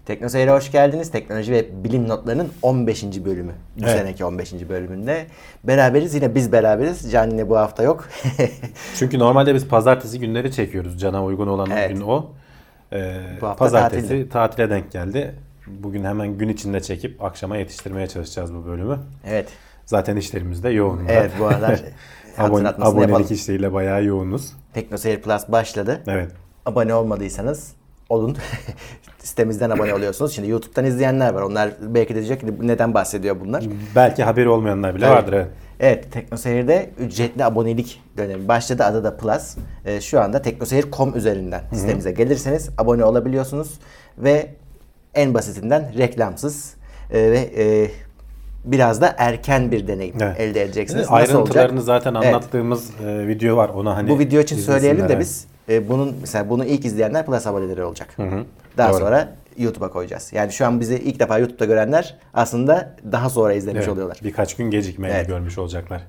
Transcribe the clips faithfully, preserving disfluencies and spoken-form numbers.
Teknoseyir'e hoş geldiniz. Teknoloji ve bilim notlarının on beşinci bölümü. Bu evet. seneki on beşinci bölümünde beraberiz. Yine biz beraberiz. Can yine bu hafta yok. Çünkü normalde biz pazartesi günleri çekiyoruz. Can'a uygun olan evet. gün o. Ee, pazartesi tatilde. tatile denk geldi. Bugün hemen gün içinde çekip akşama yetiştirmeye çalışacağız bu bölümü. Evet. Zaten işlerimiz de yoğun. Evet bu aralar Abone, abonelik yapalım. işleriyle bayağı yoğunuz. Teknoseyir Plus başladı. Evet. Abone olmadıysanız olun. Sitemizden abone oluyorsunuz. Şimdi YouTube'dan izleyenler var. Onlar belki de diyecek ki neden bahsediyor bunlar? Belki haberi olmayanlar bile evet. vardır. Evet. Evet, Teknoseyir'de ücretli abonelik dönemi başladı. Adı da Plus. Ee, şu anda teknoseyir nokta com üzerinden Hı-hı. sitemize gelirseniz abone olabiliyorsunuz. Ve en basitinden reklamsız e, ve e, biraz da erken bir deneyim evet. elde edeceksiniz. Evet, Nasıl ayrıntılarını olacak? zaten anlattığımız evet. e, video var. Ona hani bu video için söyleyelim de biz e, bunun mesela bunu ilk izleyenler Plus aboneleri olacak. Hı-hı. Daha Doğru. sonra YouTube'a koyacağız. Yani şu an bizi ilk defa YouTube'da görenler aslında daha sonra izlemiş evet, oluyorlar. Birkaç gün gecikmeyle evet. görmüş olacaklar.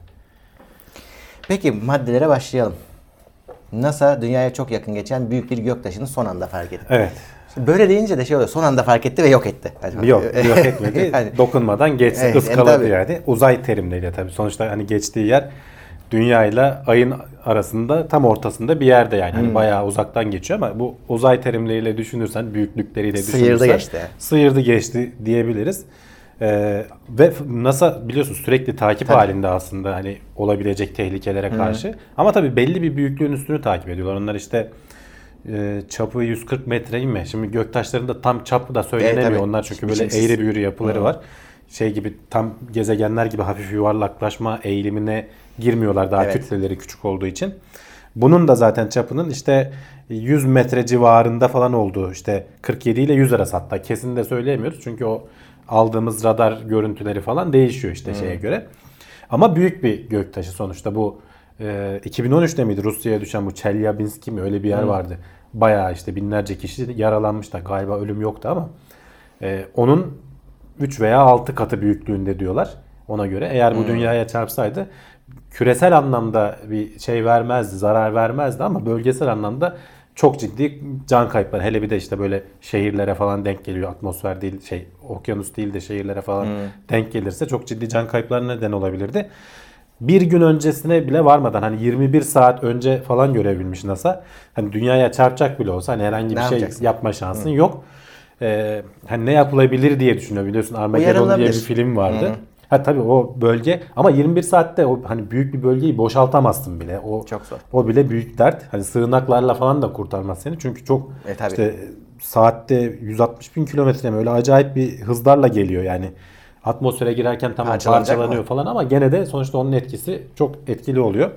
Peki maddelere başlayalım. NASA dünyaya çok yakın geçen büyük bir göktaşını son anda fark etti. Evet. Şimdi böyle deyince de şey oluyor. Son anda fark etti ve yok etti. Hadi yok, yok etmedi. yani, Dokunmadan geçti, evet, ıskaladı yani, yani. Uzay terimleriyle tabii. Sonuçta hani geçtiği yer Dünya ile Ay'ın arasında tam ortasında bir yerde yani. Hmm. Hani bayağı uzaktan geçiyor ama bu uzay terimleriyle düşünürsen, büyüklükleriyle düşünürsen sıyırdı geçti. Sıyırdı geçti diyebiliriz. Ee, ve NASA biliyorsun sürekli takip tabii. halinde aslında hani olabilecek tehlikelere karşı. Hmm. Ama tabii belli bir büyüklüğün üstünü takip ediyorlar. Onlar işte e, çapı yüz kırk metre mi? Şimdi göktaşlarında tam çapı da söylenemiyor. Evet, onlar çünkü böyle Biçimsiz. eğri büğrü yapıları hmm. var. Şey gibi tam gezegenler gibi hafif yuvarlaklaşma eğilimine girmiyorlar daha evet. kütleleri küçük olduğu için. Bunun da zaten çapının işte yüz metre civarında falan olduğu, işte kırk yedi ile yüz arası, hatta kesin de söyleyemiyoruz. Çünkü o aldığımız radar görüntüleri falan değişiyor işte hmm. şeye göre. Ama büyük bir göktaşı sonuçta bu. E, iki bin on üçte miydi Rusya'ya düşen bu Chelyabinsk mi, öyle bir yer hmm. vardı. Bayağı işte binlerce kişi yaralanmış da galiba ölüm yoktu ama e, onun üç veya altı katı büyüklüğünde diyorlar ona göre. Eğer bu hmm. dünyaya çarpsaydı küresel anlamda bir şey vermezdi, zarar vermezdi ama bölgesel anlamda çok ciddi can kayıpları. Hele bir de işte böyle şehirlere falan denk geliyor. Atmosfer değil, şey okyanus değil de şehirlere falan hmm. denk gelirse çok ciddi can kayıplarına neden olabilirdi. Bir gün öncesine bile varmadan hani yirmi bir saat önce falan görebilmiş NASA. Hani dünyaya çarpacak bile olsa hani herhangi bir ne şey yapma şansın hmm. yok. Ee, hani ne yapılabilir diye düşünüyor. Biliyorsun Armageddon diye bir film vardı. Hmm. Ha tabii o bölge ama yirmi bir saatte o hani büyük bir bölgeyi boşaltamazsın bile. O çok zor. O bile büyük dert. Hani sığınaklarla falan da kurtarmaz seni. Çünkü çok e, işte saatte yüz altmış bin kilometre mi, öyle acayip bir hızlarla geliyor yani. Atmosfere girerken tamam parçalanıyor falan ama gene de sonuçta onun etkisi çok etkili oluyor.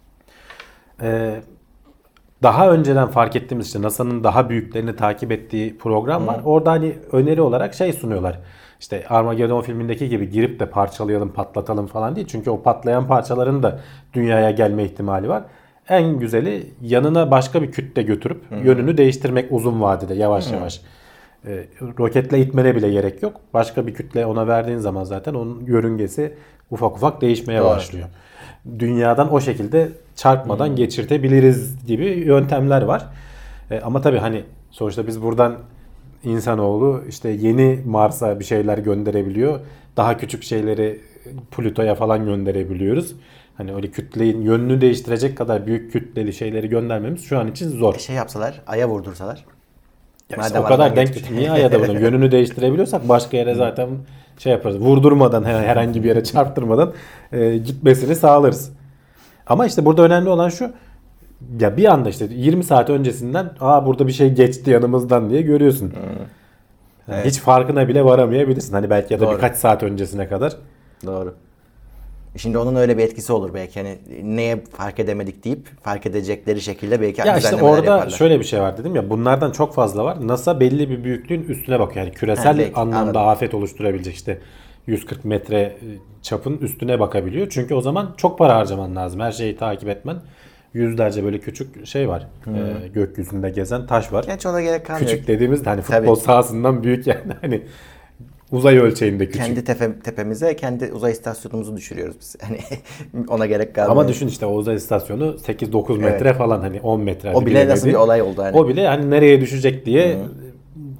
Ee, daha önceden fark ettiğimiz işte NASA'nın daha büyüklerini takip ettiği program var. Hmm. Orada hani öneri olarak şey sunuyorlar. İşte Armageddon filmindeki gibi girip de parçalayalım, patlatalım falan değil. Çünkü o patlayan parçaların da dünyaya gelme ihtimali var. En güzeli yanına başka bir kütle götürüp Hı-hı. yönünü değiştirmek uzun vadede yavaş Hı-hı. yavaş. E, roketle itmene bile gerek yok. Başka bir kütle ona verdiğin zaman zaten onun yörüngesi ufak ufak değişmeye Doğru. başlıyor. Dünyadan o şekilde çarpmadan Hı-hı. geçirtebiliriz gibi yöntemler var. E, ama tabii hani sonuçta biz buradan İnsanoğlu işte yeni Mars'a bir şeyler gönderebiliyor. Daha küçük şeyleri Plüto'ya falan gönderebiliyoruz. Hani öyle kütleyin yönünü değiştirecek kadar büyük kütleli şeyleri göndermemiz şu an için zor. Bir şey yapsalar, Ay'a vurdursalar. Ya işte o kadar denk niye Ay'a da vurdum? Yönünü değiştirebiliyorsak başka yere zaten şey yaparız. Vurdurmadan, herhangi bir yere çarptırmadan e, gitmesini sağlarız. Ama işte burada önemli olan şu. Ya bir anda işte yirmi saat öncesinden aa burada bir şey geçti yanımızdan diye görüyorsun. Hmm. Yani evet. Hiç farkına bile varamayabilirsin. Hani belki ya da Doğru. birkaç saat öncesine kadar. Doğru. Şimdi onun öyle bir etkisi olur belki. Hani neye fark edemedik deyip fark edecekleri şekilde belki ya işte orada yaparlar. Şöyle bir şey var dedim ya, bunlardan çok fazla var. NASA belli bir büyüklüğün üstüne bakıyor. Yani küresel ha, belki, anlamda anladım. afet oluşturabilecek işte yüz kırk metre çapın üstüne bakabiliyor. Çünkü o zaman çok para harcaman lazım. Her şeyi takip etmen. Yüzlerce böyle küçük şey var. Hmm. E, gökyüzünde gezen taş var. Gerçi ona gerek kalmıyor. Küçük dediğimizde hani futbol Tabii. sahasından büyük yani hani uzay ölçeğinde küçük. Kendi tepe, tepemize kendi uzay istasyonumuzu düşürüyoruz biz. Hani ona gerek kalmıyor. Ama düşün işte o uzay istasyonu sekiz dokuz metre evet. falan, hani on metre. O bile nasıl bir olay oldu hani. O bile hani nereye düşecek diye hmm.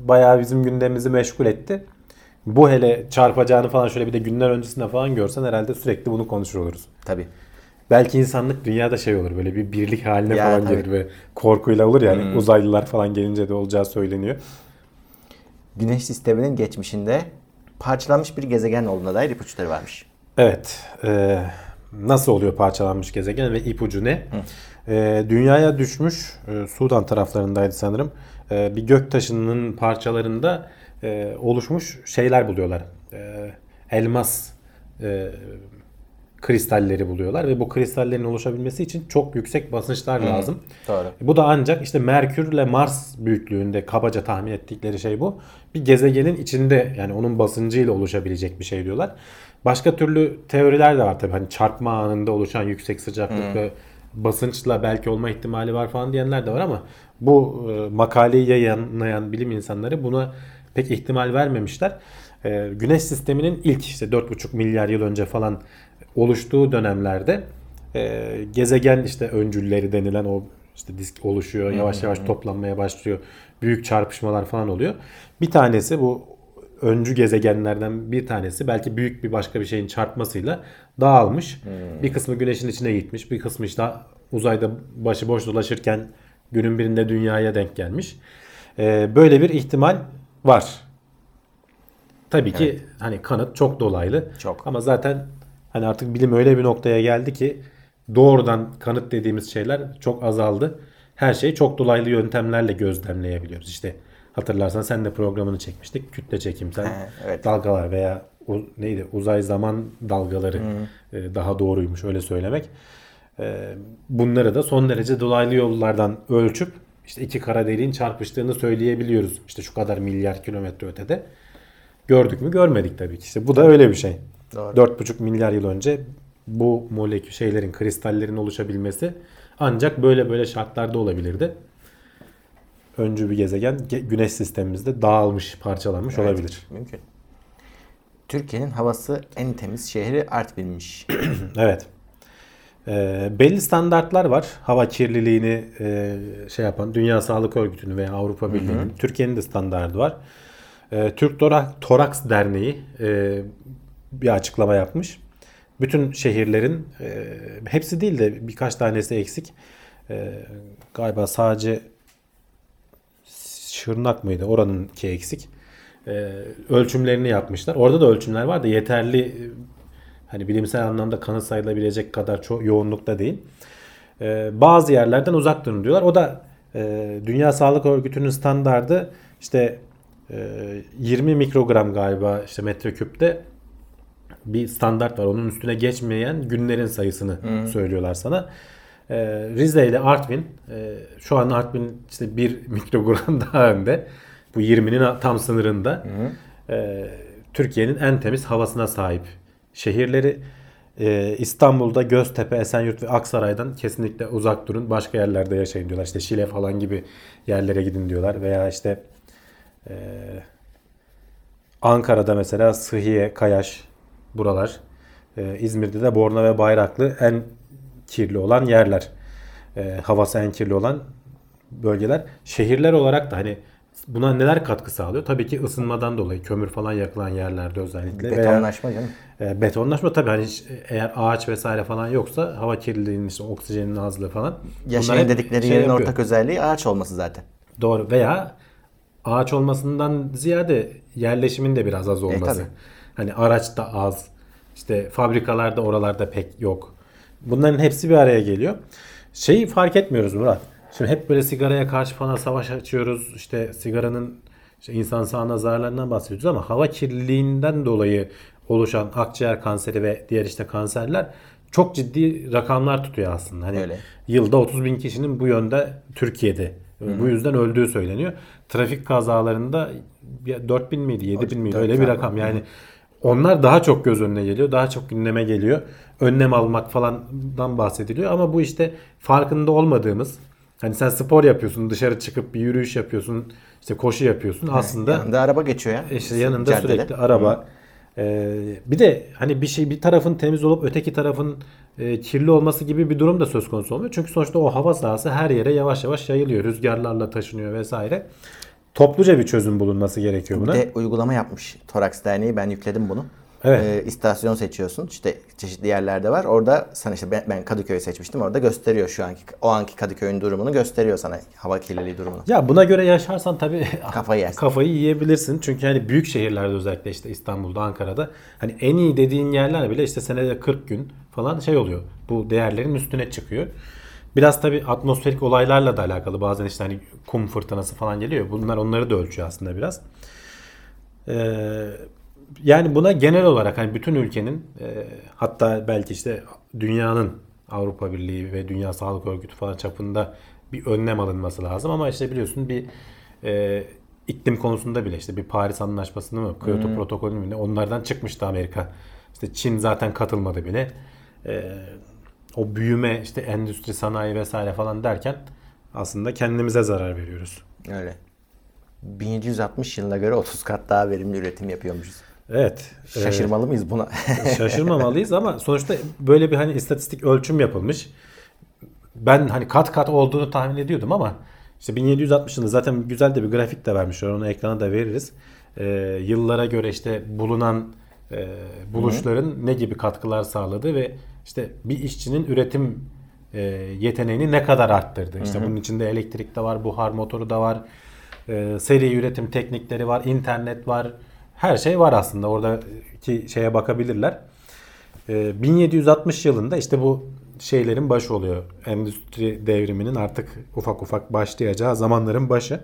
bayağı bizim gündemimizi meşgul etti. Bu hele çarpacağını falan şöyle bir de günler öncesinde falan görsen herhalde sürekli bunu konuşur oluruz. Tabii. Belki insanlık dünyada şey olur, böyle bir birlik haline Ya, falan tabii. gelir ve korkuyla olur yani Hmm. uzaylılar falan gelince de olacağı söyleniyor. Güneş sisteminin geçmişinde parçalanmış bir gezegen olduğuna dair ipuçları varmış. Evet. E, nasıl oluyor parçalanmış gezegen ve ipucu ne? E, dünyaya düşmüş, e, Sudan taraflarındaydı sanırım. E, bir göktaşının parçalarında e, oluşmuş şeyler buluyorlar. E, elmas e, kristalleri buluyorlar ve bu kristallerin oluşabilmesi için çok yüksek basınçlar lazım. Doğru. Bu da ancak işte Merkür ile Mars büyüklüğünde, kabaca tahmin ettikleri şey bu. Bir gezegenin içinde, yani onun basıncıyla oluşabilecek bir şey diyorlar. Başka türlü teoriler de var tabii. Hani çarpma anında oluşan yüksek sıcaklık ve basınçla belki olma ihtimali var falan diyenler de var ama bu e, makaleyi yayınlayan bilim insanları buna pek ihtimal vermemişler. E, Güneş sisteminin ilk işte dört buçuk milyar yıl önce falan oluştuğu dönemlerde e, gezegen işte öncülleri denilen o işte disk oluşuyor. Yavaş yavaş toplanmaya başlıyor. Büyük çarpışmalar falan oluyor. Bir tanesi, bu öncü gezegenlerden bir tanesi belki büyük bir başka bir şeyin çarpmasıyla dağılmış. Hmm. Bir kısmı güneşin içine gitmiş. Bir kısmı işte uzayda başıboş dolaşırken günün birinde dünyaya denk gelmiş. E, böyle bir ihtimal var. Tabii ki evet. Hani kanıt çok dolaylı. Çok. Ama zaten hani artık bilim öyle bir noktaya geldi ki doğrudan kanıt dediğimiz şeyler çok azaldı. Her şeyi çok dolaylı yöntemlerle gözlemleyebiliyoruz. İşte hatırlarsan sen de programını çekmiştik. Kütle çekimsel He, evet. dalgalar veya o, neydi uzay zaman dalgaları e, daha doğruymuş öyle söylemek. E, bunları da son derece dolaylı yollardan ölçüp işte iki kara deliğin çarpıştığını söyleyebiliyoruz. İşte şu kadar milyar kilometre ötede. Gördük mü? Görmedik tabii ki. İşte bu da öyle bir şey. Doğru. dört buçuk milyar yıl önce bu molekül şeylerin, kristallerin oluşabilmesi ancak böyle böyle şartlarda olabilirdi. Öncü bir gezegen Güneş sistemimizde dağılmış, parçalanmış evet, olabilir. Mümkün. Türkiye'nin havası en temiz şehri Artvin'miş. Evet. E, belli standartlar var. Hava kirliliğini e, şey yapan Dünya Sağlık Örgütü'nün veya Avrupa Birliği'nin, Türkiye'nin de standardı var. E, Türk Toraks Derneği e, bir açıklama yapmış. Bütün şehirlerin e, hepsi değil de birkaç tanesi eksik. E, galiba sadece Şırnak mıydı? Oranınki eksik. E, ölçümlerini yapmışlar. Orada da ölçümler var da yeterli, hani bilimsel anlamda kanıt sayılabilecek kadar çok yoğunlukta değil. E, bazı yerlerden uzak durun diyorlar. O da e, Dünya Sağlık Örgütü'nün standardı işte yirmi mikrogram galiba işte metreküpte bir standart var. Onun üstüne geçmeyen günlerin sayısını hmm. söylüyorlar sana. Ee, Rize ile Artvin e, şu an Artvin işte bir mikrogram daha önde. Bu yirminin tam sınırında. Hmm. Ee, Türkiye'nin en temiz havasına sahip şehirleri. Ee, İstanbul'da Göztepe, Esenyurt ve Aksaray'dan kesinlikle uzak durun. Başka yerlerde yaşayın diyorlar. İşte Şile falan gibi yerlere gidin diyorlar. Veya işte Ee, Ankara'da mesela Sıhhiye, Kayaş buralar. Ee, İzmir'de de Borna ve Bayraklı en kirli olan yerler. Ee, havası en kirli olan bölgeler. Şehirler olarak da hani buna neler katkı sağlıyor? Tabii ki ısınmadan dolayı kömür falan yakılan yerlerde özellikle. Betonlaşma canım. E, betonlaşma tabii hani eğer ağaç vesaire falan yoksa hava kirliliğinin işte oksijenin azlığı falan. Yaşayın dedikleri şey yerin yapıyor. Ortak özelliği ağaç olması zaten. Doğru, veya ağaç olmasından ziyade yerleşimin de biraz az olması. E, hani araç da az. İşte fabrikalarda oralarda pek yok. Bunların hepsi bir araya geliyor. Şeyi fark etmiyoruz Murat. Şimdi hep böyle sigaraya karşı falan savaş açıyoruz. İşte sigaranın işte insan sağlığına zararlarından bahsediyoruz ama hava kirliliğinden dolayı oluşan akciğer kanseri ve diğer işte kanserler çok ciddi rakamlar tutuyor aslında. Hani öyle. Yılda otuz bin kişinin bu yönde Türkiye'de Hı-hı. bu yüzden öldüğü söyleniyor. Trafik kazalarında dört bin miydi, yedi bin miydi öyle bir rakam. Yani Hı-hı. onlar daha çok göz önüne geliyor, daha çok gündeme geliyor. Önlem almak falandan bahsediliyor ama bu işte farkında olmadığımız, hani sen spor yapıyorsun, dışarı çıkıp bir yürüyüş yapıyorsun, işte koşu yapıyorsun. Aslında yanında araba geçiyor ya. İşte yanında caddede. Sürekli araba. Ee, bir de hani bir şey bir tarafın temiz olup öteki tarafın e, kirli olması gibi bir durum da söz konusu olmuyor. Çünkü sonuçta o hava sahası her yere yavaş yavaş yayılıyor. Rüzgarlarla taşınıyor vesaire. topluca bir çözüm bulunması gerekiyor Bir buna. de uygulama yapmış Toraks Derneği. Ben yükledim bunu. Evet. Ee, istasyon seçiyorsun. İşte çeşitli yerlerde var. Orada sana işte ben, ben Kadıköy'ü seçmiştim. Orada gösteriyor şu anki o anki Kadıköy'ün durumunu gösteriyor sana, hava kirliliği durumunu. Ya buna göre yaşarsan tabii Kafayı yersin. kafayı yiyebilirsin. Çünkü hani büyük şehirlerde, özellikle işte İstanbul'da, Ankara'da hani en iyi dediğin yerler bile işte senede kırk gün falan şey oluyor. Bu değerlerin üstüne çıkıyor. Biraz tabii atmosferik olaylarla da alakalı. Bazen işte hani kum fırtınası falan geliyor. Bunlar onları da ölçüyor aslında biraz. Ee, yani buna genel olarak hani bütün ülkenin e, hatta belki işte dünyanın, Avrupa Birliği ve Dünya Sağlık Örgütü falan çapında bir önlem alınması lazım. Ama işte biliyorsun bir e, iklim konusunda bile işte bir Paris Anlaşması'nı mı, Kyoto Protokolü'nü mü ne, onlardan çıkmıştı Amerika. İşte Çin zaten katılmadı bile. E, o büyüme, işte endüstri, sanayi vesaire falan derken aslında kendimize zarar veriyoruz. Öyle. bin yedi yüz altmış yılına göre otuz kat daha verimli üretim yapıyormuşuz. Evet. Şaşırmalı mıyız buna? Şaşırmamalıyız ama sonuçta böyle bir hani istatistik ölçüm yapılmış. Ben hani kat kat olduğunu tahmin ediyordum ama işte bin yedi yüz altmış yılında zaten güzel de bir grafik de vermişler. Onu ekrana da veririz. Ee, yıllara göre işte bulunan e, buluşların Hı-hı. ne gibi katkılar sağladığı ve işte bir işçinin üretim e, yeteneğini ne kadar arttırdı. İşte Hı-hı. bunun içinde elektrik de var, buhar motoru da var, e, seri üretim teknikleri var, internet var. Her şey var aslında. Oradaki şeye bakabilirler. E, bin yedi yüz altmış yılında işte bu şeylerin başı oluyor. Endüstri devriminin artık ufak ufak başlayacağı zamanların başı.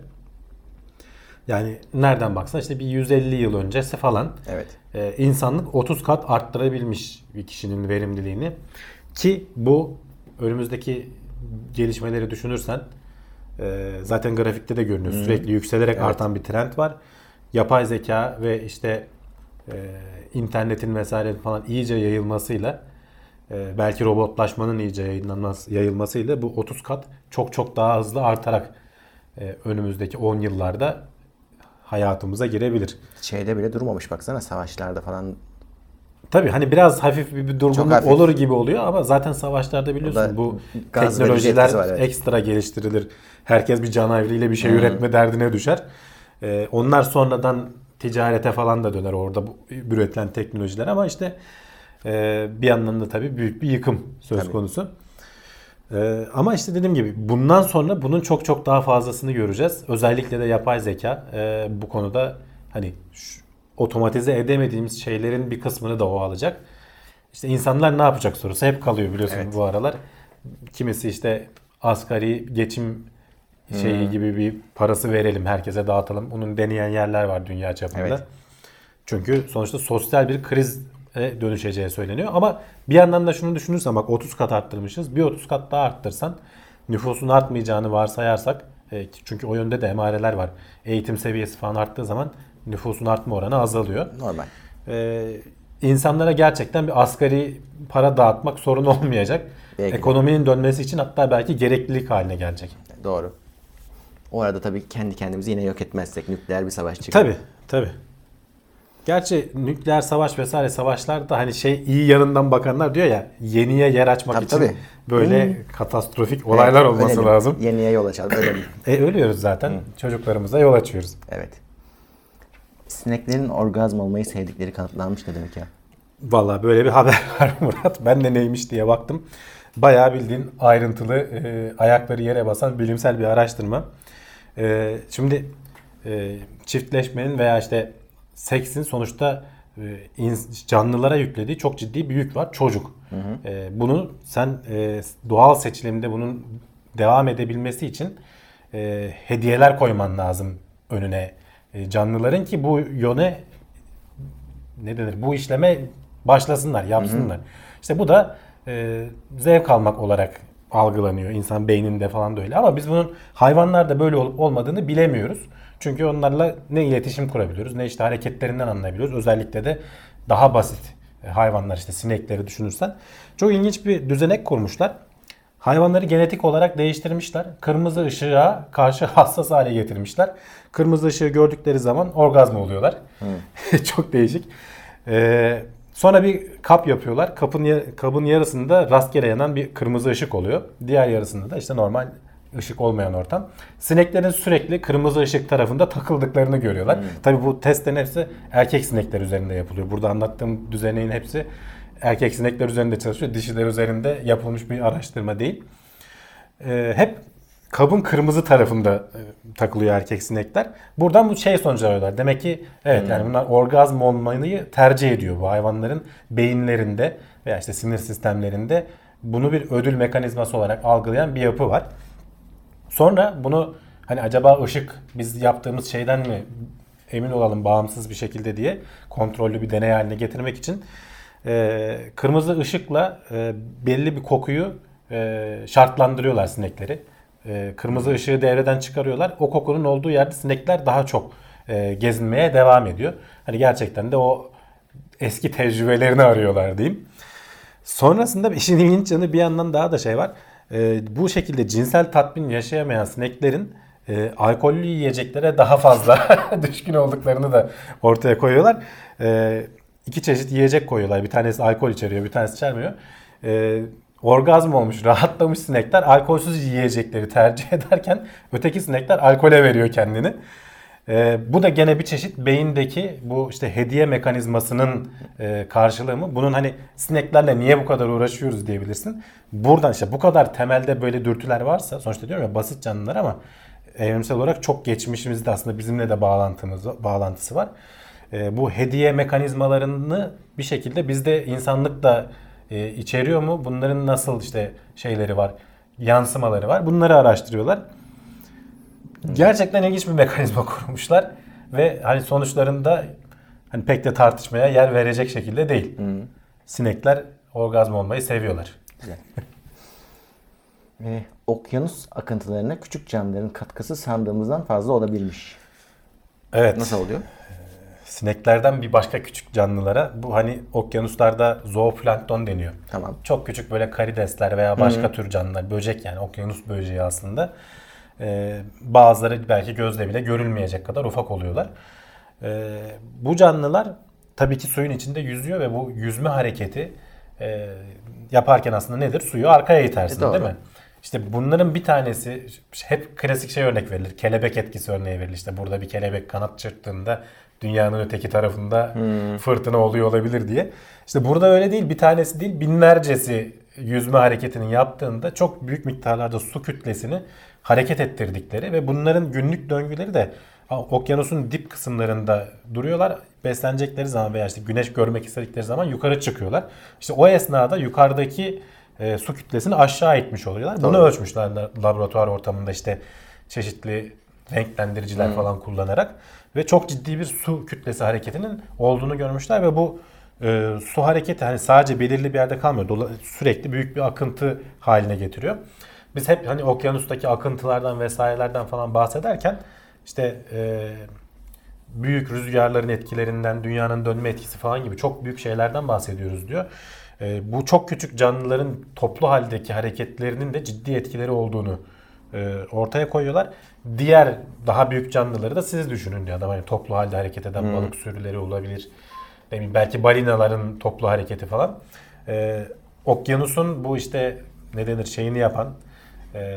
Yani nereden baksan işte bir yüz elli yıl öncesi falan. Evet. E, insanlık otuz kat arttırabilmiş bir kişinin verimliliğini. Ki bu önümüzdeki gelişmeleri düşünürsen e, zaten grafikte de görünüyor. Hmm. Sürekli yükselerek evet. artan bir trend var. Yapay zeka ve işte e, internetin vesaire falan iyice yayılmasıyla e, belki robotlaşmanın iyice yayılması, yayılmasıyla bu otuz kat çok çok daha hızlı artarak e, önümüzdeki on yıllarda hayatımıza girebilir. Şeyde bile durmamış baksana, savaşlarda falan. Tabii hani biraz hafif bir, bir durgunluk olur gibi oluyor ama zaten savaşlarda biliyorsun bu teknolojiler var, evet. ekstra geliştirilir. Herkes bir canavriyle bir şey hmm. üretme derdine düşer. Ee, onlar sonradan ticarete falan da döner orada bu üretilen teknolojiler ama işte e, bir yandan da tabii büyük bir yıkım söz tabii. konusu. E, ama işte dediğim gibi bundan sonra bunun çok çok daha fazlasını göreceğiz. Özellikle de yapay zeka e, bu konuda hani şu, otomatize edemediğimiz şeylerin bir kısmını da o alacak. İşte insanlar ne yapacak sorusu hep kalıyor biliyorsun evet. bu aralar. Kimisi işte asgari geçim şeyi hmm. gibi bir parası verelim, herkese dağıtalım. Onun deneyen yerler var dünya çapında. Evet. Çünkü sonuçta sosyal bir krize dönüşeceği söyleniyor. Ama bir yandan da şunu düşünürsen bak otuz kat arttırmışız. Bir otuz kat daha arttırsan nüfusun artmayacağını varsayarsak çünkü o yönde de emareler var. Eğitim seviyesi falan arttığı zaman nüfusun artma oranı azalıyor. Normal. Ee, insanlara gerçekten bir asgari para dağıtmak sorun olmayacak. Belki ekonominin de. dönmesi için hatta belki gereklilik haline gelecek. Doğru. O arada tabii kendi kendimizi yine yok etmezsek nükleer bir savaş çıkıyor. Tabii tabii. Gerçi nükleer savaş vesaire savaşlarda hani şey iyi yanından bakanlar diyor ya yeniye yer açmak tabii, için tabii. böyle hmm. katastrofik olaylar evet, olması ölelim. lazım. Yeniye yol açalım, ölelim. e ölüyoruz zaten. Hmm. Çocuklarımıza yol açıyoruz. Evet. Sineklerin orgazm olmayı sevdikleri kanıtlanmış ne demek ya? Vallahi böyle bir haber var Murat. Ben de neymiş diye baktım. Bayağı bildiğin ayrıntılı e, ayakları yere basan bilimsel bir araştırma. E, şimdi e, çiftleşmenin veya işte seksin sonuçta e, canlılara yüklediği çok ciddi bir yük var. Çocuk. Hı hı. E, bunu sen e, doğal seçilimde bunun devam edebilmesi için e, hediyeler koyman lazım önüne e, canlıların ki bu yöne ne denir? Bu işleme başlasınlar, yapsınlar. Hı hı. İşte bu da e, zevk almak olarak algılanıyor. İnsan beyninde falan da öyle. Ama biz bunun hayvanlarda böyle olup olmadığını bilemiyoruz. Çünkü onlarla ne iletişim kurabiliyoruz ne işte hareketlerinden anlayabiliyoruz. Özellikle de daha basit hayvanlar işte sinekleri düşünürsen. Çok ilginç bir düzenek kurmuşlar. Hayvanları genetik olarak değiştirmişler. Kırmızı ışığa karşı hassas hale getirmişler. Kırmızı ışığı gördükleri zaman orgazm oluyorlar. Hmm. Çok değişik. Ee, sonra bir kap yapıyorlar. Kapın kabın yarısında rastgele yanan bir kırmızı ışık oluyor. Diğer yarısında da işte normal ışık olmayan ortam. Sineklerin sürekli kırmızı ışık tarafında takıldıklarını görüyorlar. Hmm. Tabii bu testlerin hepsi erkek sinekler üzerinde yapılıyor. Burada anlattığım düzeneğin hepsi erkek sinekler üzerinde çalışıyor. Dişiler üzerinde yapılmış bir araştırma değil. Ee, hep kabın kırmızı tarafında e, takılıyor erkek sinekler. Buradan bu şey sonucu alıyorlar. Demek ki evet hmm. yani bunlar orgazm olmayı tercih ediyor. Bu hayvanların beyinlerinde veya işte sinir sistemlerinde bunu bir ödül mekanizması olarak algılayan bir yapı var. Sonra bunu hani acaba ışık biz yaptığımız şeyden mi emin olalım bağımsız bir şekilde diye kontrollü bir deney haline getirmek için e, kırmızı ışıkla e, belli bir kokuyu e, şartlandırıyorlar sinekleri. E, kırmızı ışığı devreden çıkarıyorlar. O kokunun olduğu yerde sinekler daha çok e, gezinmeye devam ediyor. Hani gerçekten de o eski tecrübelerini arıyorlar diyeyim. Sonrasında işin ilginç yanı bir yandan daha da şey var. E, bu şekilde cinsel tatmin yaşayamayan sineklerin e, alkollü yiyeceklere daha fazla düşkün olduklarını da ortaya koyuyorlar. E, iki çeşit yiyecek koyuyorlar. Bir tanesi alkol içeriyor, bir tanesi içermiyor. E, orgazm olmuş, rahatlamış sinekler alkolsüz yiyecekleri tercih ederken öteki sinekler alkole veriyor kendini. Ee, bu da gene bir çeşit beyindeki bu işte hediye mekanizmasının e, karşılığı mı? Bunun hani sineklerle niye bu kadar uğraşıyoruz diyebilirsin. Buradan işte bu kadar temelde böyle dürtüler varsa sonuçta diyorum ya basit canlılar ama evrimsel olarak çok geçmişimizde aslında bizimle de bağlantımız bağlantısı var. E, bu hediye mekanizmalarını bir şekilde bizde insanlık da e, içeriyor mu? Bunların nasıl işte şeyleri var, yansımaları var. Bunları araştırıyorlar. Gerçekten ilginç bir mekanizma kurmuşlar ve hani sonuçlarında hani pek de tartışmaya yer verecek şekilde değil. Hmm. Sinekler orgazm olmayı seviyorlar. Güzel. e, okyanus akıntılarına küçük canlıların katkısı sandığımızdan fazla olabilmiş. Evet. Nasıl oluyor? Sineklerden bir başka küçük canlılara bu hani okyanuslarda zooplankton deniyor. Tamam. Çok küçük böyle karidesler veya başka hmm. tür canlılar, böcek yani okyanus böceği aslında. Ee, bazıları belki gözle bile görülmeyecek kadar ufak oluyorlar. Ee, bu canlılar tabii ki suyun içinde yüzüyor ve bu yüzme hareketi e, yaparken aslında nedir? Suyu arkaya itersin, e, değil mi? İşte bunların bir tanesi hep klasik şey örnek verilir. Kelebek etkisi örneği verilir. İşte burada bir kelebek kanat çırptığında dünyanın öteki tarafında hmm. fırtına oluyor olabilir diye. İşte burada öyle değil. Bir tanesi değil binlercesi yüzme hareketini yaptığında çok büyük miktarlarda su kütlesini hareket ettirdikleri ve bunların günlük döngüleri de okyanusun dip kısımlarında duruyorlar. Beslenecekleri zaman veya işte güneş görmek istedikleri zaman yukarı çıkıyorlar. İşte o esnada yukarıdaki e, su kütlesini aşağı itmiş oluyorlar. Bunu Doğru. ölçmüşler laboratuvar ortamında işte çeşitli renklendiriciler hmm. falan kullanarak ve çok ciddi bir su kütlesi hareketinin olduğunu görmüşler ve bu e, su hareketi hani sadece belirli bir yerde kalmıyor. Dola, sürekli büyük bir akıntı haline getiriyor. Biz hep hani okyanustaki akıntılardan vesairelerden falan bahsederken işte e, büyük rüzgarların etkilerinden, dünyanın dönme etkisi falan gibi çok büyük şeylerden bahsediyoruz diyor. E, bu çok küçük canlıların toplu haldeki hareketlerinin de ciddi etkileri olduğunu e, ortaya koyuyorlar. Diğer daha büyük canlıları da siz düşünün diyor adam. Hani toplu halde hareket eden hmm. balık sürüleri olabilir. Demin belki balinaların toplu hareketi falan. E, okyanusun bu işte ne denir şeyini yapan e,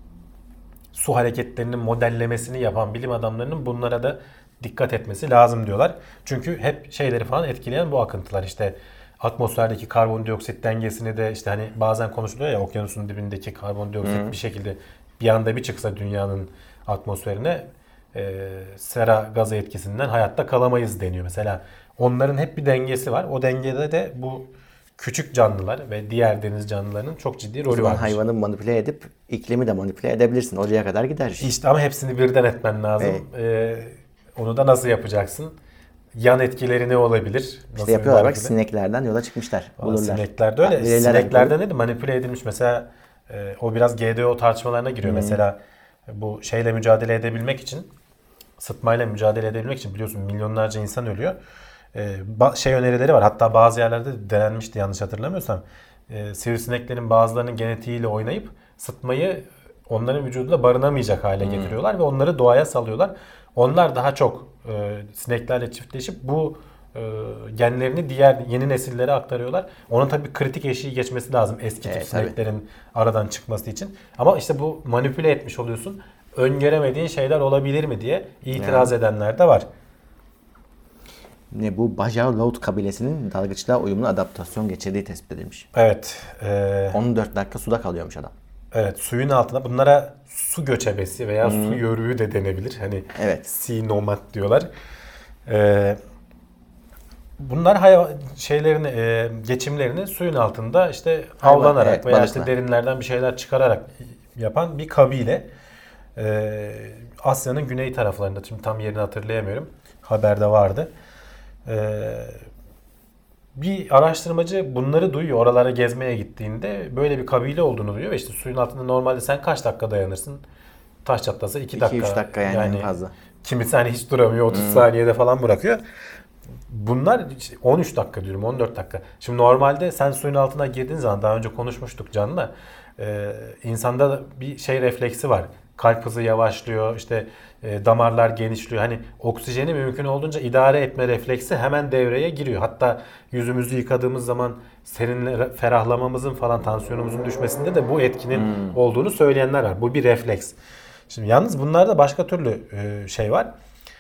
su hareketlerinin modellemesini yapan bilim adamlarının bunlara da dikkat etmesi lazım diyorlar. Çünkü hep şeyleri falan etkileyen bu akıntılar işte atmosferdeki karbondioksit dengesini de işte hani bazen konuşuluyor ya okyanusun dibindeki karbondioksit hmm. bir şekilde bir anda bir çıksa dünyanın atmosferine e, sera gazı etkisinden hayatta kalamayız deniyor. Mesela onların hep bir dengesi var. O dengede de bu küçük canlılar ve diğer deniz canlılarının çok ciddi rolü var. Hayvanı manipüle edip iklimi de manipüle edebilirsin. Oraya kadar gider. İşte ama hepsini birden etmen lazım. Evet. Ee, onu da nasıl yapacaksın? Yan etkileri ne olabilir? Nasıl işte yapıyorlar bak sineklerden yola çıkmışlar. Bulurlar. Sineklerde öyle. Ha, sineklerde ne de manipüle edilmiş. Mesela e, o biraz G D O tartışmalarına giriyor. Hmm. Mesela bu şeyle mücadele edebilmek için, sıtmayla mücadele edebilmek için biliyorsun milyonlarca insan ölüyor. Ee, şey önerileri var. Hatta bazı yerlerde denenmişti yanlış hatırlamıyorsam. Ee, sivrisineklerin bazılarının genetiğiyle oynayıp sıtmayı onların vücudunda barınamayacak hale hmm. getiriyorlar ve onları doğaya salıyorlar. Onlar daha çok e, sineklerle çiftleşip bu e, genlerini diğer yeni nesillere aktarıyorlar. Onun tabii kritik eşiği geçmesi lazım eski tip Evet, sineklerin aradan çıkması için. Ama işte bu manipüle etmiş oluyorsun. Öngöremediğin şeyler olabilir mi diye itiraz Yani. edenler de var. Ne bu Bajau kabilesinin dalgıçlığa uyumlu adaptasyon geçirdiği tespit edilmiş. Evet. E, on dört dakika suda kalıyormuş adam. evet, suyun altında bunlara su göçebesi veya su yörüğü de denebilir. Hani Evet. sea nomad diyorlar. E, bunlar hayvan şeylerini e, geçimlerini suyun altında işte Hayvan, avlanarak evet, veya balıkla. işte derinlerden bir şeyler çıkararak yapan bir kabile. E, Asya'nın güney taraflarında, şimdi tam yerini hatırlayamıyorum. Haberde vardı. E, bir araştırmacı bunları duyuyor. Oralara gezmeye gittiğinde böyle bir kabile olduğunu duyuyor. Ve işte suyun altında normalde sen kaç dakika dayanırsın? Taş çatlasa iki dakika. iki üç dakika yani en fazla. Kimisi hani hiç duramıyor. otuz saniyede falan bırakıyor. Bunlar işte on üç dakika diyorum, on dört dakika. Şimdi normalde sen suyun altına girdiğin zaman, daha önce konuşmuştuk Can'la, e, insanda da bir şey refleksi var. Kalp hızı yavaşlıyor, işte e, damarlar genişliyor. Hani oksijeni mümkün olduğunca idare etme refleksi hemen devreye giriyor. Hatta yüzümüzü yıkadığımız zaman serinle ferahlamamızın falan, tansiyonumuzun düşmesinde de bu etkinin olduğunu söyleyenler var. Bu bir refleks. Şimdi yalnız bunlarda başka türlü e, şey var.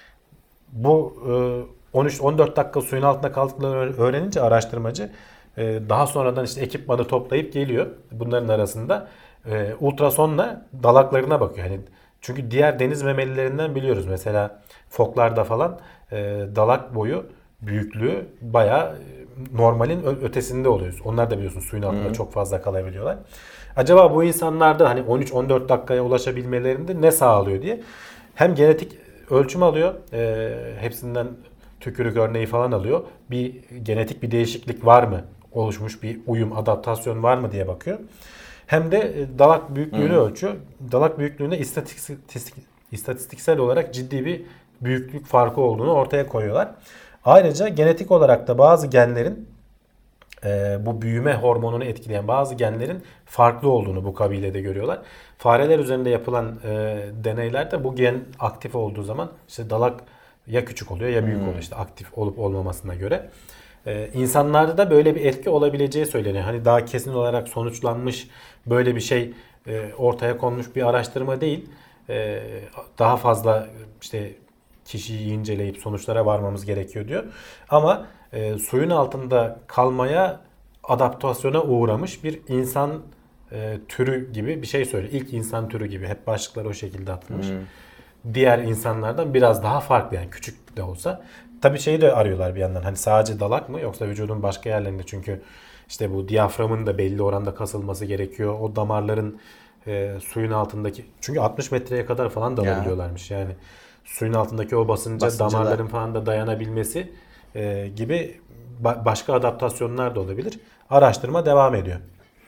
Bu e, on üç on dört dakika suyun altında kaldıklarını öğrenince araştırmacı e, daha sonradan işte ekipmanı toplayıp geliyor. Bunların arasında e, ultrasonla dalaklarına bakıyor. Yani çünkü diğer deniz memelilerinden biliyoruz. Mesela foklarda falan e, dalak boyu, büyüklüğü bayağı normalin ötesinde oluyoruz. Onlar da biliyorsun suyun altında Hı-hı. çok fazla kalabiliyorlar. Acaba bu insanlarda hani on üç on dört dakikaya ulaşabilmelerinde ne sağlıyor diye hem genetik ölçüm alıyor. E, hepsinden tükürük örneği falan alıyor. Bir genetik bir değişiklik var mı? Oluşmuş bir uyum, adaptasyon var mı diye bakıyor. Hem de dalak büyüklüğünü hmm. ölçüyor. Dalak büyüklüğünde istatistik, istatistiksel olarak ciddi bir büyüklük farkı olduğunu ortaya koyuyorlar. Ayrıca genetik olarak da bazı genlerin e, bu büyüme hormonunu etkileyen bazı genlerin farklı olduğunu bu kabilede görüyorlar. Fareler üzerinde yapılan e, deneylerde bu gen aktif olduğu zaman işte dalak ya küçük oluyor ya büyük hmm. oluyor, işte aktif olup olmamasına göre. Ee, insanlarda da böyle bir etki olabileceği söyleniyor. Hani daha kesin olarak sonuçlanmış böyle bir şey e, ortaya konmuş bir araştırma değil. E, daha fazla işte kişiyi inceleyip sonuçlara varmamız gerekiyor diyor. Ama e, suyun altında kalmaya adaptasyona uğramış bir insan e, türü gibi bir şey söylüyor. İlk insan türü gibi, hep başlıklar o şekilde atılmış. Hmm. Diğer insanlardan biraz daha farklı, yani küçük de olsa. Tabii şeyi de arıyorlar bir yandan. Hani sadece dalak mı yoksa vücudun başka yerlerinde, çünkü işte bu diyaframın da belli oranda kasılması gerekiyor. O damarların e, suyun altındaki, çünkü altmış metreye kadar falan dalabiliyorlarmış. Yani suyun altındaki o basınca Basıncalar. damarların falan da dayanabilmesi e, gibi ba- başka adaptasyonlar da olabilir. Araştırma devam ediyor.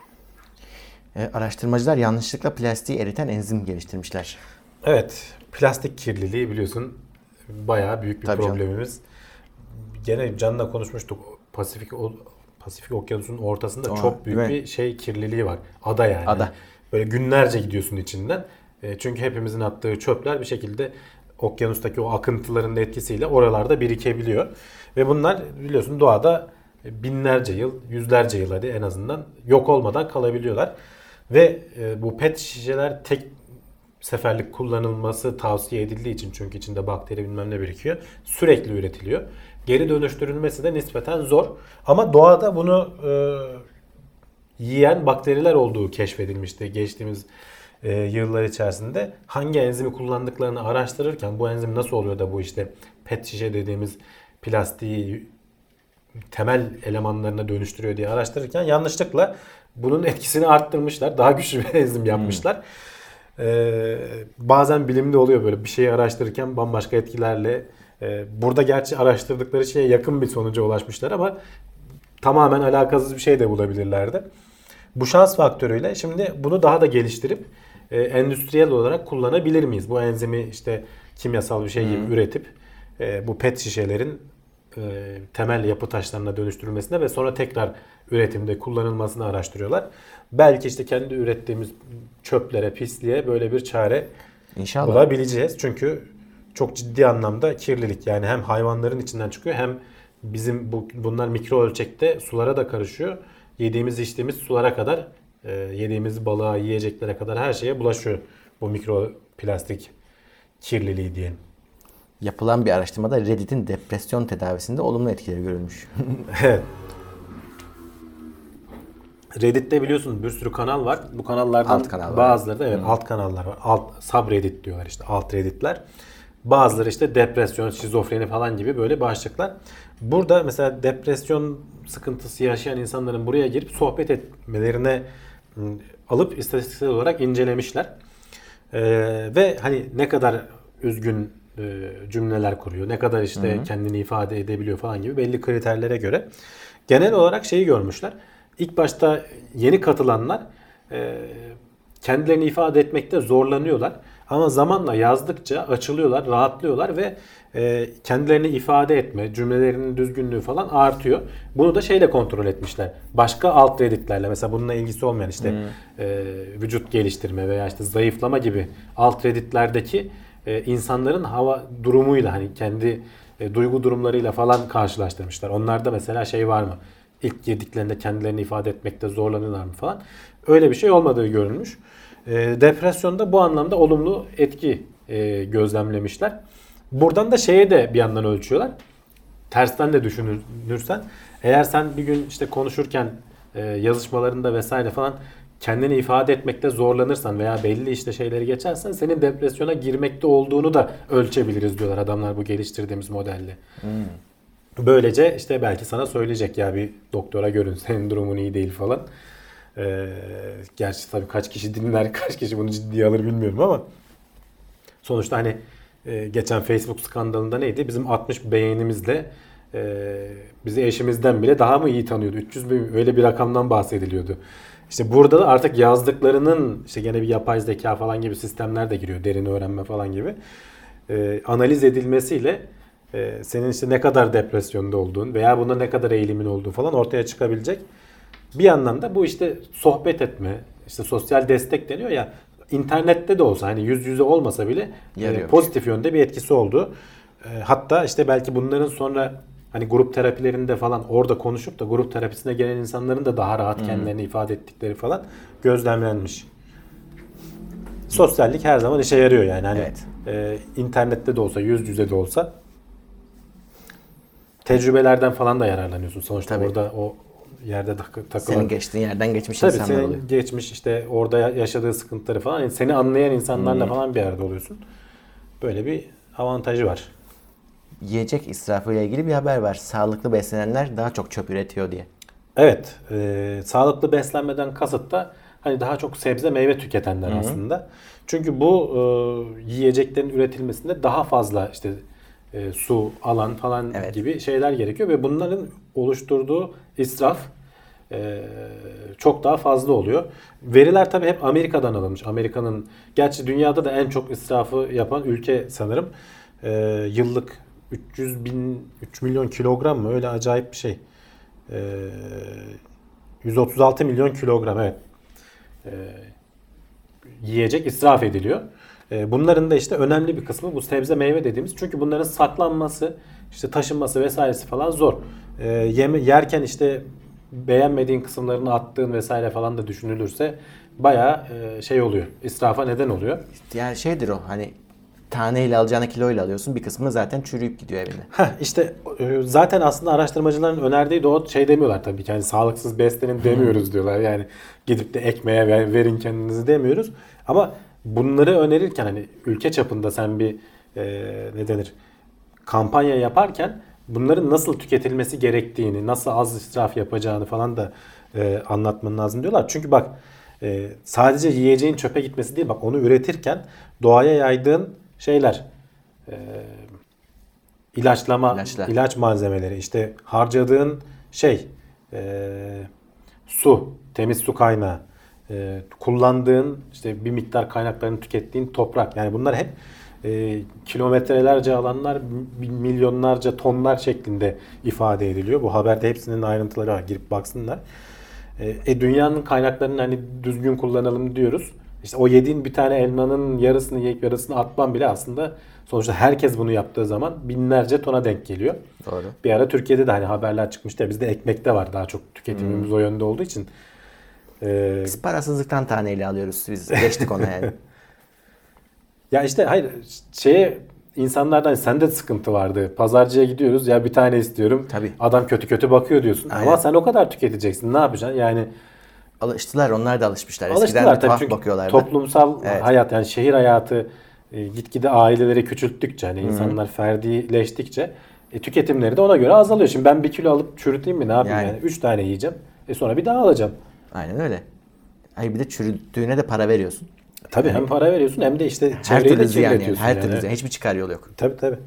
E, araştırmacılar yanlışlıkla plastiği eriten enzim geliştirmişler. Evet, plastik kirliliği biliyorsun bayağı büyük bir Tabii problemimiz. Canım. Gene Can'la konuşmuştuk. Pasifik Pasifik Okyanusu'nun ortasında o, çok büyük bir şey kirliliği var. Ada yani. Ada. Böyle günlerce gidiyorsun içinden. E, çünkü hepimizin attığı çöpler bir şekilde okyanustaki o akıntıların etkisiyle oralarda birikebiliyor. Ve bunlar biliyorsun doğada binlerce yıl, yüzlerce yıl hadi en azından yok olmadan kalabiliyorlar. Ve e, bu pet şişeler tek seferlik kullanılması tavsiye edildiği için, çünkü içinde bakteri bilmem ne birikiyor, sürekli üretiliyor. Geri dönüştürülmesi de nispeten zor. Ama doğada bunu e, yiyen bakteriler olduğu keşfedilmişti geçtiğimiz e, yıllar içerisinde. Hangi enzimi kullandıklarını araştırırken, bu enzim nasıl oluyor da bu işte pet şişe dediğimiz plastiği temel elemanlarına dönüştürüyor diye araştırırken yanlışlıkla bunun etkisini arttırmışlar. Daha güçlü bir enzim yapmışlar. Hmm. Ee, bazen bilimde oluyor böyle bir şeyi araştırırken bambaşka etkilerle. E, burada gerçi araştırdıkları şeye yakın bir sonuca ulaşmışlar ama tamamen alakasız bir şey de bulabilirlerdi. Bu şans faktörüyle şimdi bunu daha da geliştirip e, endüstriyel olarak kullanabilir miyiz? Bu enzimi işte kimyasal bir şey gibi hmm. üretip e, bu pet şişelerin e, temel yapı taşlarına dönüştürülmesine ve sonra tekrar üretimde kullanılmasını araştırıyorlar. Belki işte kendi ürettiğimiz çöplere, pisliğe böyle bir çare İnşallah. bulabileceğiz. Çünkü çok ciddi anlamda kirlilik. Yani hem hayvanların içinden çıkıyor hem bizim bu bunlar mikro ölçekte sulara da karışıyor. Yediğimiz içtiğimiz sulara kadar, e, yediğimiz balığa, yiyeceklere kadar her şeye bulaşıyor bu mikroplastik kirliliği diyelim. Yapılan bir araştırmada Reddit'in depresyon tedavisinde olumlu etkileri görülmüş. Evet. Reddit'te biliyorsun bir sürü kanal var. Bu kanallardan Alt kanal var. bazıları da evet alt kanallar var. Alt subreddit diyorlar işte, alt redditler. Bazıları işte depresyon, şizofreni falan gibi böyle başlıklar. Burada mesela depresyon sıkıntısı yaşayan insanların buraya girip sohbet etmelerine ım, alıp istatistiksel olarak incelemişler. Ee, ve hani ne kadar üzgün e, cümleler kuruyor, ne kadar işte Hı-hı. kendini ifade edebiliyor falan gibi belli kriterlere göre genel olarak şeyi görmüşler. İlk başta yeni katılanlar e, kendilerini ifade etmekte zorlanıyorlar. Ama zamanla yazdıkça açılıyorlar, rahatlıyorlar ve e, kendilerini ifade etme, cümlelerinin düzgünlüğü falan artıyor. Bunu da şeyle kontrol etmişler. Başka alt redditlerle, mesela bununla ilgisi olmayan işte hmm. e, vücut geliştirme veya işte zayıflama gibi alt redditlerdeki e, insanların hava durumuyla, hani kendi e, duygu durumlarıyla falan karşılaştırmışlar. Onlarda mesela şey var mı? İlk girdiklerinde kendilerini ifade etmekte zorlanıyorlar mı falan. Öyle bir şey olmadığı görülmüş. E, depresyonda bu anlamda olumlu etki e, gözlemlemişler. Buradan da şeye de bir yandan ölçüyorlar. Tersten de düşünürsen, eğer sen bir gün işte konuşurken e, yazışmalarında vesaire falan kendini ifade etmekte zorlanırsan veya belli işte şeyleri geçersen senin depresyona girmekte olduğunu da ölçebiliriz diyorlar adamlar bu geliştirdiğimiz modelle. Hmm. Böylece işte belki sana söyleyecek ya bir doktora görün, senin durumun iyi değil falan. Ee, gerçi tabii kaç kişi dinler, kaç kişi bunu ciddiye alır bilmiyorum ama sonuçta hani e, geçen Facebook skandalında neydi? Bizim altmış beğenimizle e, bizi eşimizden bile daha mı iyi tanıyordu? üç yüz bin, öyle bir rakamdan bahsediliyordu. İşte burada da artık yazdıklarının işte gene bir yapay zeka falan gibi sistemler de giriyor. Derin öğrenme falan gibi. E, analiz edilmesiyle e, senin işte ne kadar depresyonda olduğun veya buna ne kadar eğilimin olduğu falan ortaya çıkabilecek. Bir yandan da bu işte sohbet etme, işte sosyal destek deniyor ya, internette de olsa hani yüz yüze olmasa bile e, pozitif yönde bir etkisi oldu. E, hatta işte belki bunların sonra hani grup terapilerinde falan orada konuşup da grup terapisine gelen insanların da daha rahat kendilerini hmm. ifade ettikleri falan gözlemlenmiş. Sosyallik her zaman işe yarıyor yani. Hani evet. e, internette de olsa, yüz yüze de olsa tecrübelerden falan da yararlanıyorsun. Sonuçta Tabii. orada o yerde takılan. Senin geçtiğin yerden geçmiş Tabii insanlar oluyor. Tabii senin geçmiş işte orada yaşadığı sıkıntıları falan, yani seni anlayan insanlarla hmm. falan bir arada oluyorsun. Böyle bir avantajı var. Yiyecek israfı ile ilgili bir haber var. Sağlıklı beslenenler daha çok çöp üretiyor diye. Evet. E, sağlıklı beslenmeden kasıt da hani daha çok sebze meyve tüketenler Hı-hı. aslında. Çünkü bu e, yiyeceklerin üretilmesinde daha fazla işte e, su, alan falan evet. gibi şeyler gerekiyor ve bunların oluşturduğu israf e, çok daha fazla oluyor. Veriler tabii hep Amerika'dan alınmış. Amerika'nın, gerçi dünyada da en çok israfı yapan ülke sanırım. E, yıllık üç yüz bin, üç milyon kilogram mı? Öyle acayip bir şey. E, yüz otuz altı milyon kilogram evet. E, yiyecek israf ediliyor. E, bunların da işte önemli bir kısmı bu sebze meyve dediğimiz. Çünkü bunların saklanması, işte taşınması vesairesi falan zor. E, yeme, yerken işte beğenmediğin kısımlarını attığın vesaire falan da düşünülürse bayağı e, şey oluyor. İsrafa neden oluyor. Yani şeydir o, hani taneyle alacağına kiloyla alıyorsun. Bir kısmı zaten çürüyüp gidiyor evinde. Heh, işte zaten aslında araştırmacıların önerdiği de o şey demiyorlar tabii ki. Yani sağlıksız beslenin demiyoruz diyorlar. Yani gidip de ekmeğe verin kendinizi demiyoruz. Ama bunları önerirken hani ülke çapında sen bir e, ne denir kampanya yaparken bunların nasıl tüketilmesi gerektiğini, nasıl az israf yapacağını falan da e, anlatman lazım diyorlar. Çünkü bak e, sadece yiyeceğin çöpe gitmesi değil, bak onu üretirken doğaya yaydığın şeyler, e, ilaçlama, İlaçlar. ilaç malzemeleri, işte harcadığın şey, e, su, temiz su kaynağı, e, kullandığın işte bir miktar kaynaklarını tükettiğin toprak, yani bunlar hep e, kilometrelerce alanlar, milyonlarca tonlar şeklinde ifade ediliyor. Bu haberde hepsinin ayrıntıları var, girip baksınlar. E, e, dünyanın kaynaklarını hani düzgün kullanalım diyoruz. İşte o yediğin bir tane elmanın yarısını yiyip yarısını atman bile aslında sonuçta herkes bunu yaptığı zaman binlerce tona denk geliyor. Doğru. Bir ara Türkiye'de de hani haberler çıkmıştı ya, bizde ekmekte var daha çok tüketimimiz hmm. o yönde olduğu için. Ee, Biz parasızlıktan taneyle alıyoruz. Biz geçtik ona yani. Ya işte hayır şeye insanlardan sende de sıkıntı vardı. Pazarcıya gidiyoruz ya bir tane istiyorum. Tabii. Adam kötü kötü bakıyor diyorsun. Aynen. Ama sen o kadar tüketeceksin. Ne yapacaksın? Yani alıştılar. Onlar da alışmışlar. Alıştılar Eskiden de tabii tuhaf çünkü bakıyorlardı. toplumsal evet. hayat yani şehir hayatı e, gitgide aileleri küçülttükçe hani Hı-hı. insanlar ferdileştikçe e, tüketimleri de ona göre azalıyor. Şimdi ben bir kilo alıp çürüteyim mi ne yapayım yani? yani? Üç tane yiyeceğim. E sonra bir daha alacağım. Aynen öyle. Hayır bir de çürüttüğüne de para veriyorsun. Tabii yani, hem para veriyorsun hem de işte her çevreyi de kirletiyorsun. Yani, her yani. türlü yani. Hiçbir çıkar yolu yok. Tabii tabii.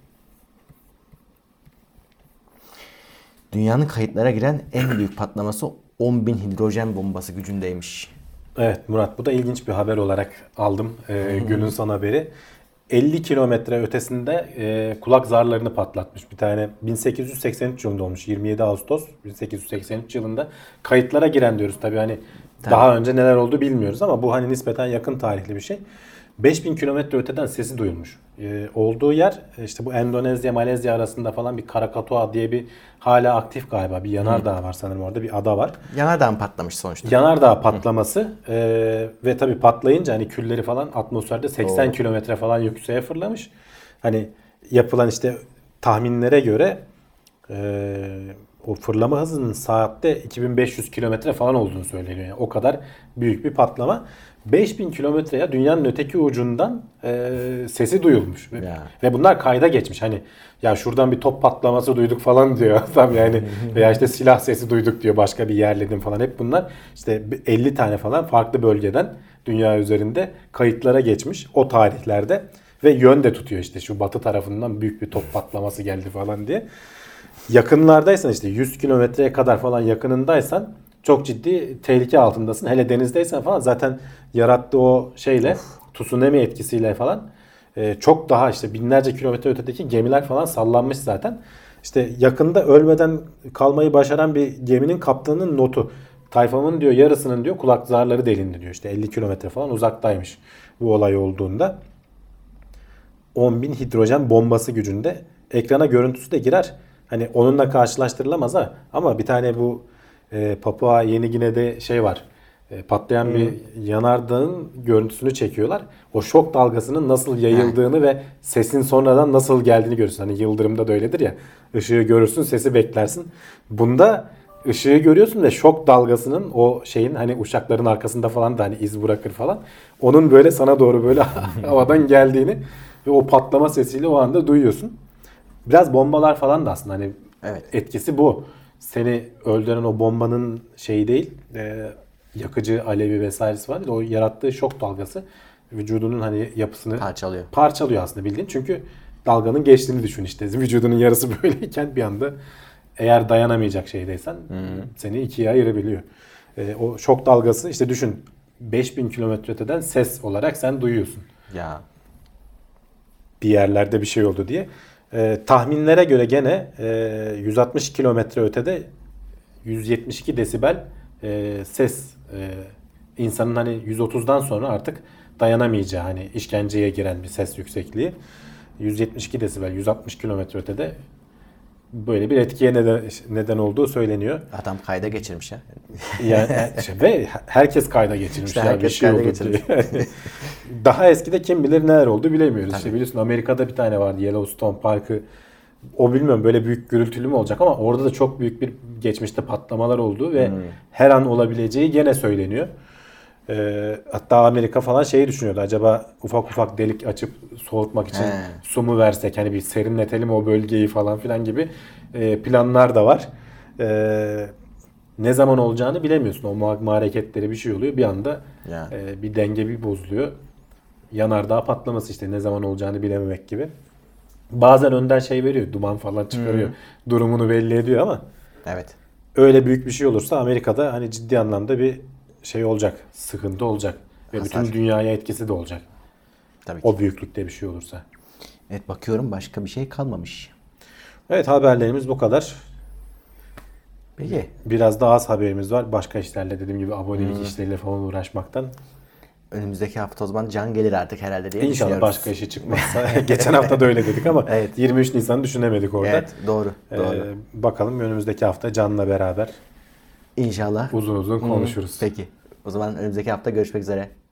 Dünyanın kayıtlara giren en büyük patlaması on bin hidrojen bombası gücündeymiş. Evet Murat, bu da ilginç bir haber olarak aldım e, günün son haberi. elli kilometre ötesinde e, kulak zarlarını patlatmış bir tane. bin sekiz yüz seksen üç yılında olmuş. yirmi yedi Ağustos bin sekiz yüz seksen üç yılında kayıtlara giren diyoruz. Tabii hani Tabii. daha önce neler oldu bilmiyoruz ama bu hani nispeten yakın tarihli bir şey. beş bin kilometre öteden sesi duyulmuş. Ee, olduğu yer işte bu Endonezya, Malezya arasında falan bir Krakatoa diye bir hala aktif galiba bir yanardağ var sanırım orada bir ada var. Yanardağ mı patlamış sonuçta? Yanardağ patlaması e, ve tabii patlayınca hani külleri falan atmosferde seksen kilometre falan yükseğe fırlamış. Hani yapılan işte tahminlere göre e, o fırlama hızının saatte iki bin beş yüz kilometre falan olduğunu söyleniyor. Yani o kadar büyük bir patlama. beş bin kilometreye dünyanın öteki ucundan e, sesi duyulmuş. Ya. Ve bunlar kayda geçmiş. Hani ya şuradan bir top patlaması duyduk falan diyor adam yani. Veya işte silah sesi duyduk diyor başka bir yerledim falan. Hep bunlar işte elli tane falan farklı bölgeden dünya üzerinde kayıtlara geçmiş o tarihlerde. Ve yön de tutuyor işte şu batı tarafından büyük bir top patlaması geldi falan diye. Yakınlardaysan işte yüz kilometreye kadar falan yakınındaysan çok ciddi tehlike altındasın. Hele denizdeysen falan zaten yarattığı o şeyle of. tsunami etkisiyle falan e, çok daha işte binlerce kilometre ötedeki gemiler falan sallanmış zaten. İşte yakında ölmeden kalmayı başaran bir geminin kaptanının notu. Tayfanın diyor yarısının diyor kulak zarları delindi diyor. İşte elli kilometre falan uzaktaymış bu olay olduğunda. on bin hidrojen bombası gücünde ekrana görüntüsü de girer. Hani onunla karşılaştırılamaz ha. Ama bir tane bu e, Papua Yeni Gine'de şey var. E, patlayan hmm. bir yanardağın görüntüsünü çekiyorlar. O şok dalgasının nasıl yayıldığını hmm. ve sesin sonradan nasıl geldiğini görürsün. Hani yıldırımda da öyledir ya. Işığı görürsün, sesi beklersin. Bunda ışığı görüyorsun ve şok dalgasının o şeyin hani uçakların arkasında falan da hani iz bırakır falan. Onun böyle sana doğru böyle havadan geldiğini ve o patlama sesiyle o anda duyuyorsun. Biraz bombalar falan da aslında hani evet. etkisi bu. Seni öldüren o bombanın şeyi değil, e, yakıcı alevi vesairesi var. O yarattığı şok dalgası vücudunun hani yapısını parçalıyor. Parçalıyor aslında bildiğin. Çünkü dalganın geçtiğini düşün işte. Vücudunun yarısı böyleyken bir anda eğer dayanamayacak şeydeysen hmm. seni ikiye ayırabiliyor. E, o şok dalgası işte düşün beş bin kilometre öteden ses olarak sen duyuyorsun. Ya. Bir yerlerde bir şey oldu diye. Ee, tahminlere göre gene e, yüz altmış kilometre ötede yüz yetmiş iki desibel e, ses e, insanın hani yüz otuzdan sonra artık dayanamayacağı hani işkenceye giren bir ses yüksekliği. yüz yetmiş iki desibel yüz altmış kilometre ötede böyle bir etkiye neden, neden olduğu söyleniyor. Adam kayda geçirmiş ya. Yani işte, ve herkes kayda geçirmiş işte ya herkes bir şey kayda oldu geçirmiş. Daha eskide kim bilir neler oldu bilemiyoruz. Tabii. İşte biliyorsun Amerika'da bir tane vardı Yellowstone Parkı. O bilmiyorum böyle büyük gürültülü mü olacak ama orada da çok büyük bir geçmişte patlamalar olduğu ve hmm. her an olabileceği gene söyleniyor. Ee, hatta Amerika falan şeyi düşünüyordu. Acaba ufak ufak delik açıp soğutmak için He. su mu versek? Hani bir serinletelim o bölgeyi falan filan gibi e, planlar da var. Ee, ne zaman olacağını bilemiyorsun. O magma hareketleri bir şey oluyor. Bir anda yeah. e, bir denge bir bozuluyor. Yanardağ patlaması işte ne zaman olacağını bilememek gibi. Bazen önden şey veriyor. Duman falan çıkarıyor. Hmm. Durumunu belli ediyor ama evet. Öyle büyük bir şey olursa Amerika'da hani ciddi anlamda bir şey olacak. Sıkıntı olacak. Ve Hasar. Bütün dünyaya etkisi de olacak. Tabii ki. O büyüklükte bir şey olursa. Evet bakıyorum başka bir şey kalmamış. Evet haberlerimiz bu kadar. Peki. Biraz daha az haberimiz var. Başka işlerle dediğim gibi abonelik hmm. işleriyle falan uğraşmaktan. Önümüzdeki hafta o zaman Can gelir artık herhalde diye İnşallah düşünüyoruz. başka işi çıkmazsa. Geçen hafta da öyle dedik ama Evet. yirmi üç Nisan'ı düşünemedik orada. Evet, doğru. Ee, doğru. bakalım önümüzdeki hafta Can'la beraber İnşallah. uzun uzun konuşuruz. Peki. O zaman önümüzdeki hafta görüşmek üzere.